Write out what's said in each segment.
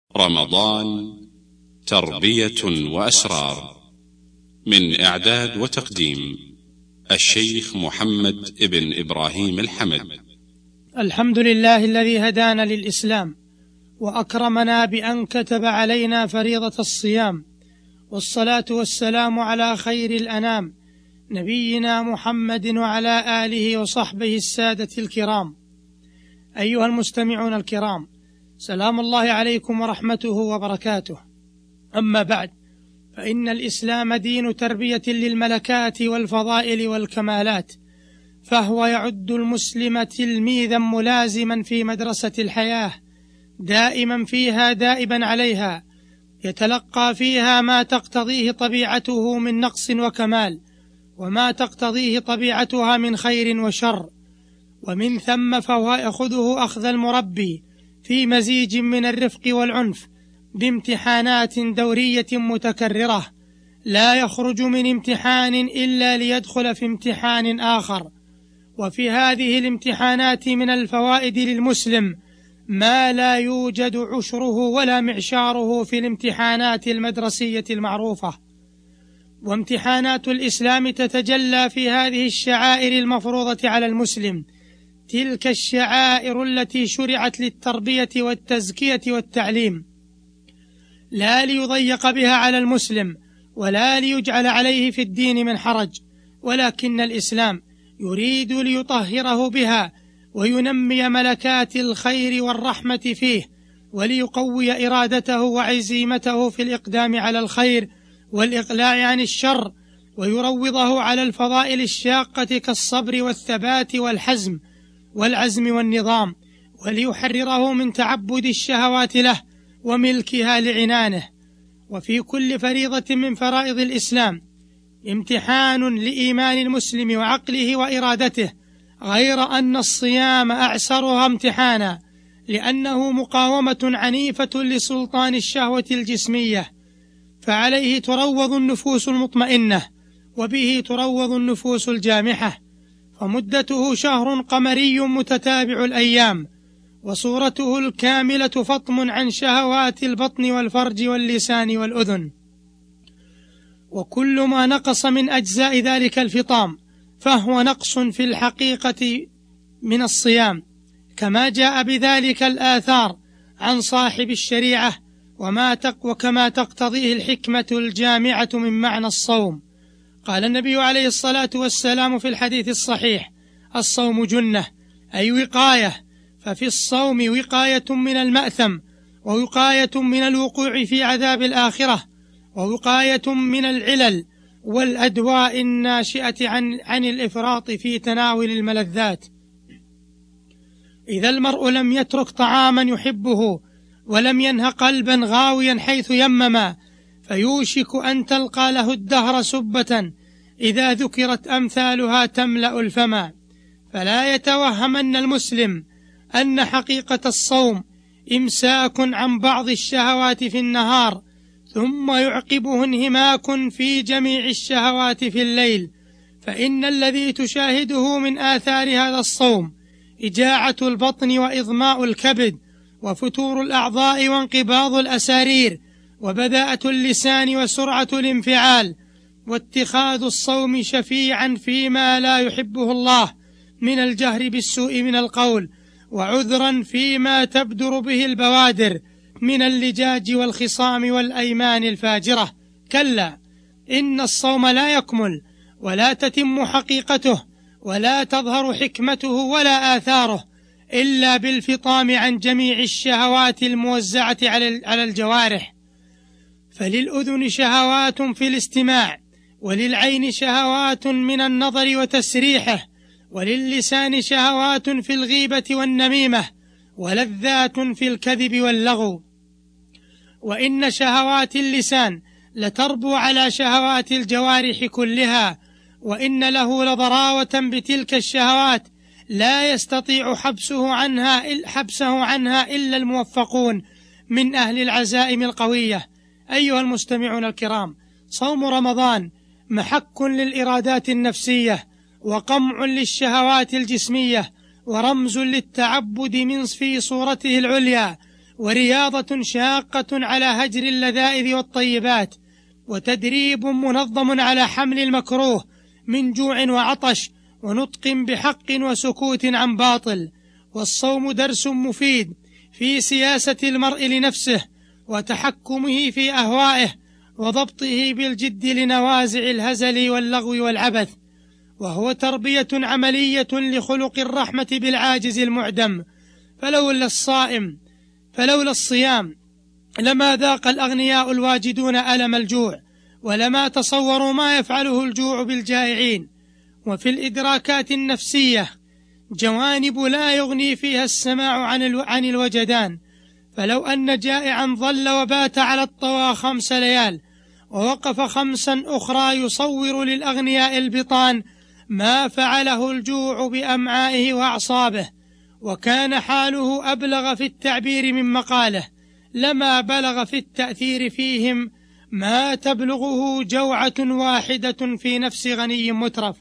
رمضان تربية وأسرار. من إعداد وتقديم الشيخ محمد ابن إبراهيم الحمد. الحمد لله الذي هدانا للإسلام وأكرمنا بأن كتب علينا فريضة الصيام، والصلاة والسلام على خير الأنام نبينا محمد وعلى آله وصحبه السادة الكرام. أيها المستمعون الكرام، سلام الله عليكم ورحمته وبركاته. أما بعد، فإن الإسلام دين تربية للملكات والفضائل والكمالات، فهو يعد المسلم تلميذا ملازما في مدرسة الحياة، دائما فيها دائبا عليها، يتلقى فيها ما تقتضيه طبيعته من نقص وكمال، وما تقتضيه طبيعتها من خير وشر. ومن ثم فهو يأخذه أخذ المربي في مزيج من الرفق والعنف، بامتحانات دورية متكررة، لا يخرج من امتحان إلا ليدخل في امتحان آخر. وفي هذه الامتحانات من الفوائد للمسلم ما لا يوجد عشره ولا معشاره في الامتحانات المدرسية المعروفة. وامتحانات الإسلام تتجلى في هذه الشعائر المفروضة على المسلم، تلك الشعائر التي شرعت للتربية والتزكية والتعليم، لا ليضيق بها على المسلم ولا ليجعل عليه في الدين من حرج، ولكن الإسلام يريد ليطهره بها وينمي ملكات الخير والرحمة فيه، وليقوي إرادته وعزيمته في الإقدام على الخير والإقلاع عن الشر، ويروضه على الفضائل الشاقة كالصبر والثبات والحزم والعزم والنظام، وليحرره من تعبد الشهوات له وملكها لعنانه. وفي كل فريضة من فرائض الإسلام امتحان لإيمان المسلم وعقله وإرادته، غير أن الصيام أعسرها امتحانا، لأنه مقاومة عنيفة لسلطان الشهوة الجسمية، فعليه تروض النفوس المطمئنة، وبه تروض النفوس الجامحة. فمدته شهر قمري متتابع الأيام، وصورته الكاملة فطم عن شهوات البطن والفرج واللسان والأذن. وكل ما نقص من أجزاء ذلك الفطام فهو نقص في الحقيقة من الصيام، كما جاء بذلك الآثار عن صاحب الشريعة، وكما تقتضيه الحكمة الجامعة من معنى الصوم. قال النبي عليه الصلاة والسلام في الحديث الصحيح: الصوم جنة، أي وقاية، ففي الصوم وقاية من المأثم، ووقاية من الوقوع في عذاب الآخرة، ووقاية من العلل والأدواء الناشئة عن الإفراط في تناول الملذات. إذا المرء لم يترك طعاما يحبه ولم ينه قلبا غاويا حيث يمما، فيوشك أن تلقى له الدهر سبة إذا ذكرت أمثالها تملأ الفما. فلا يتوهمن المسلم أن حقيقة الصوم إمساك عن بعض الشهوات في النهار، ثم يعقبه انهماك في جميع الشهوات في الليل، فإن الذي تشاهده من آثار هذا الصوم إجاعة البطن وإظماء الكبد وفتور الأعضاء وانقباض الأسارير وبذاءة اللسان وسرعة الانفعال، واتخاذ الصوم شفيعا فيما لا يحبه الله من الجهر بالسوء من القول، وعذرا فيما تبدر به البوادر من اللجاج والخصام والأيمان الفاجرة. كلا، إن الصوم لا يكمل ولا تتم حقيقته ولا تظهر حكمته ولا آثاره إلا بالفطام عن جميع الشهوات الموزعة على الجوارح. فللأذن شهوات في الاستماع، وللعين شهوات من النظر وتسريحه، وللسان شهوات في الغيبة والنميمة، ولذات في الكذب واللغو. وإن شهوات اللسان لتربو على شهوات الجوارح كلها، وإن له لضراوة بتلك الشهوات لا يستطيع حبسه عنها إلا الموفقون من أهل العزائم القوية. أيها المستمعون الكرام، صوم رمضان محك للإرادات النفسية، وقمع للشهوات الجسمية، ورمز للتعبد في صورته العليا، ورياضة شاقة على هجر اللذائذ والطيبات، وتدريب منظم على حمل المكروه من جوع وعطش، ونطق بحق وسكوت عن باطل. والصوم درس مفيد في سياسة المرء لنفسه وتحكمه في أهوائه وضبطه بالجد لنوازع الهزل واللغو والعبث، وهو تربية عملية لخلق الرحمة بالعاجز المعدم. فلولا الصيام لما ذاق الأغنياء الواجدون ألم الجوع، ولما تصوروا ما يفعله الجوع بالجائعين. وفي الإدراكات النفسية جوانب لا يغني فيها السماع عن الوجدان. فلو أن جائعا ظل وبات على الطوى 5 ليال ووقف 5 أخرى يصور للأغنياء البطان، ما فعله الجوع بأمعائه وأعصابه، وكان حاله أبلغ في التعبير من مقاله، لما بلغ في التأثير فيهم ما تبلغه جوعة واحدة في نفس غني مترف.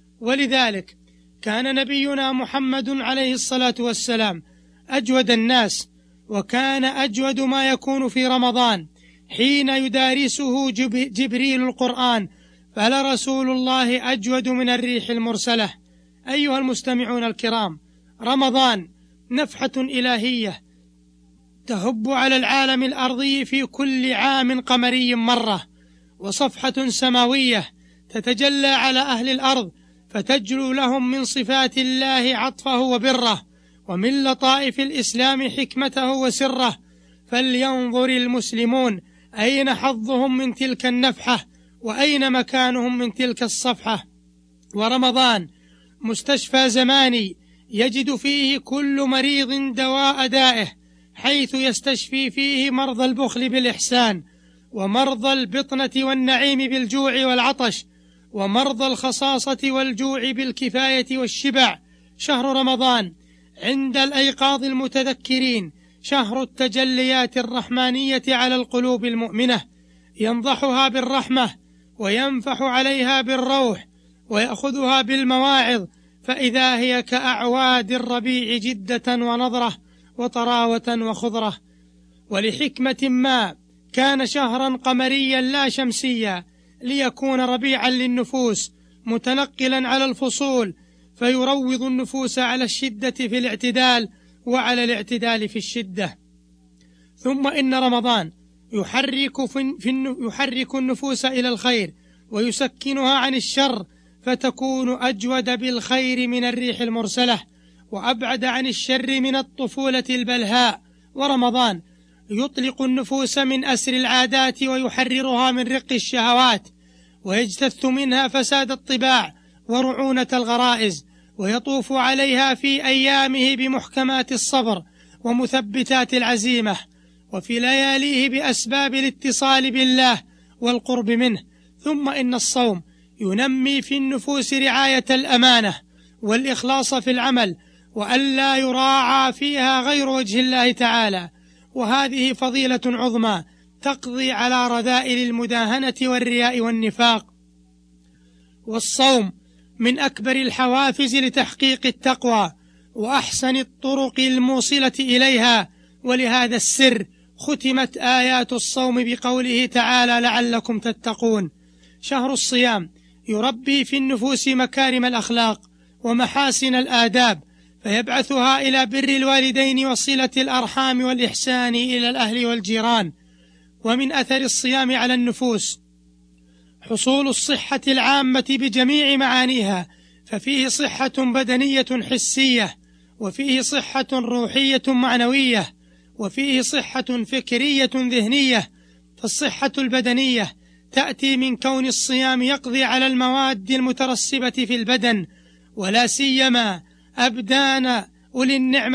ولذلك كان نبينا محمد عليه الصلاة والسلام أجود الناس، وكان أجود ما يكون في رمضان حين يدارسه جبريل القرآن، فلرسول الله أجود من الريح المرسلة. أيها المستمعون الكرام، رمضان نفحة إلهية تهب على العالم الأرضي في كل عام قمري مرة، وصفحة سماوية تتجلى على أهل الأرض فتجلو لهم من صفات الله عطفه وبره، ومن لطائف الإسلام حكمته وسره. فلينظر المسلمون أين حظهم من تلك النفحة، وأين مكانهم من تلك الصفحة. ورمضان مستشفى زماني يجد فيه كل مريض دواء دائه، حيث يستشفي فيه مرضى البخل بالإحسان، ومرضى البطنة والنعيم بالجوع والعطش، ومرضى الخصاصة والجوع بالكفاية والشبع. شهر رمضان عند الأيقاظ المتذكرين شهر التجليات الرحمانية على القلوب المؤمنة، ينضحها بالرحمة وينفح عليها بالروح ويأخذها بالمواعظ، فإذا هي كأعواد الربيع جدة ونضرة وطراوة وخضرة. ولحكمة ما كان شهرا قمريا لا شمسيا، ليكون ربيعا للنفوس متنقلا على الفصول، فيروض النفوس على الشدة في الاعتدال وعلى الاعتدال في الشدة. ثم إن رمضان يحرك النفوس إلى الخير ويسكنها عن الشر، فتكون أجود بالخير من الريح المرسلة، وأبعد عن الشر من الطفولة البلهاء. ورمضان يطلق النفوس من أسر العادات ويحررها من رق الشهوات، ويجتث منها فساد الطباع ورعونة الغرائز، ويطوف عليها في أيامه بمحكمات الصبر ومثبتات العزيمة، وفي لياليه بأسباب الاتصال بالله والقرب منه. ثم إن الصوم ينمي في النفوس رعاية الأمانة والإخلاص في العمل، وألا يراعى فيها غير وجه الله تعالى، وهذه فضيلة عظمى تقضي على رذائل المداهنة والرياء والنفاق. والصوم من أكبر الحوافز لتحقيق التقوى وأحسن الطرق الموصلة إليها، ولهذا السر ختمت آيات الصوم بقوله تعالى: لعلكم تتقون. شهر الصيام يربي في النفوس مكارم الأخلاق ومحاسن الآداب، فيبعثها إلى بر الوالدين وصلة الأرحام والإحسان إلى الأهل والجيران. ومن أثر الصيام على النفوس حصول الصحة العامة بجميع معانيها، ففيه صحة بدنية حسية، وفيه صحة روحية معنوية، وفيه صحة فكرية ذهنية. فالصحة البدنية تأتي من كون الصيام يقضي على المواد المترسبة في البدن، ولا سيما أبدان أولي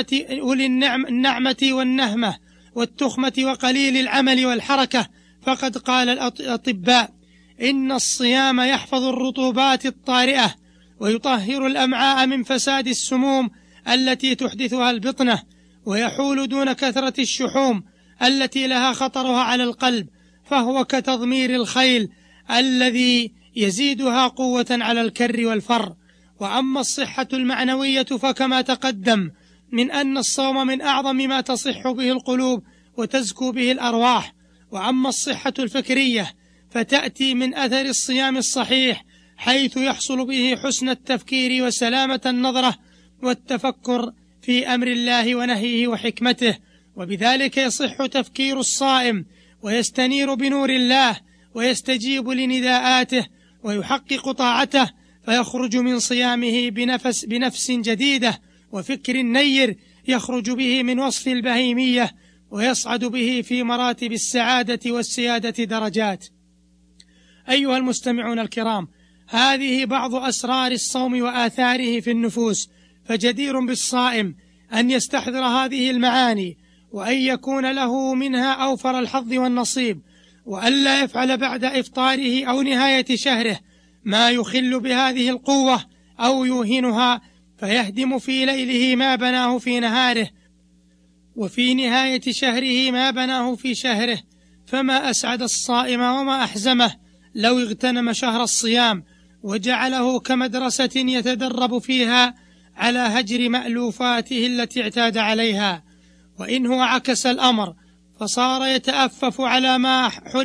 النعمة والنهمة والتخمة وقليل العمل والحركة. فقد قال الأطباء إن الصيام يحفظ الرطوبات الطارئة ويطهر الأمعاء من فساد السموم التي تحدثها البطنة، ويحول دون كثرة الشحوم التي لها خطرها على القلب، فهو كتضمير الخيل الذي يزيدها قوة على الكر والفر. وأما الصحة المعنوية فكما تقدم من أن الصوم من أعظم ما تصح به القلوب وتزكو به الأرواح. وأما الصحة الفكرية فتأتي من أثر الصيام الصحيح، حيث يحصل به حسن التفكير وسلامة النظرة والتفكر في أمر الله ونهيه وحكمته، وبذلك يصح تفكير الصائم ويستنير بنور الله ويستجيب لنداءاته ويحقق طاعته، فيخرج من صيامه بنفس جديدة وفكر نير يخرج به من وصف البهيمية، ويصعد به في مراتب السعادة والسيادة درجات. أيها المستمعون الكرام، هذه بعض أسرار الصوم وآثاره في النفوس، فجدير بالصائم أن يستحضر هذه المعاني، وأن يكون له منها أوفر الحظ والنصيب، وألا يفعل بعد إفطاره أو نهاية شهره ما يخل بهذه القوة أو يوهنها، فيهدم في ليله ما بناه في نهاره، وفي نهاية شهره ما بناه في شهره. فما أسعد الصائم وما أحزمه لو اغتنم شهر الصيام وجعله كمدرسة يتدرب فيها على هجر مألوفاته التي اعتاد عليها. وإن هو عكس الأمر فصار يتأفف على ما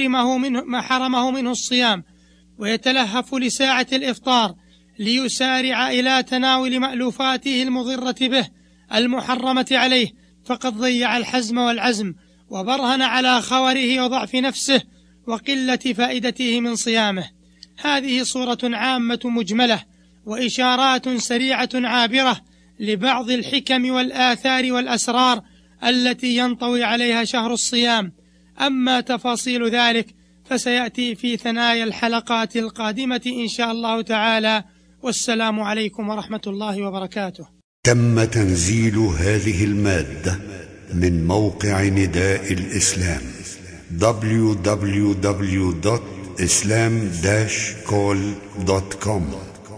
حرمه منه الصيام، ويتلهف لساعة الإفطار ليسارع إلى تناول مألوفاته المضرة به المحرمة عليه، فقد ضيع الحزم والعزم، وبرهن على خوره وضعف نفسه وقلة فائدته من صيامه. هذه صورة عامة مجملة وإشارات سريعة عابرة لبعض الحكم والآثار والأسرار التي ينطوي عليها شهر الصيام. أما تفاصيل ذلك فسيأتي في ثنايا الحلقات القادمة إن شاء الله تعالى، والسلام عليكم ورحمة الله وبركاته. تم تنزيل هذه المادة من موقع نداء الإسلام www.islam-call.com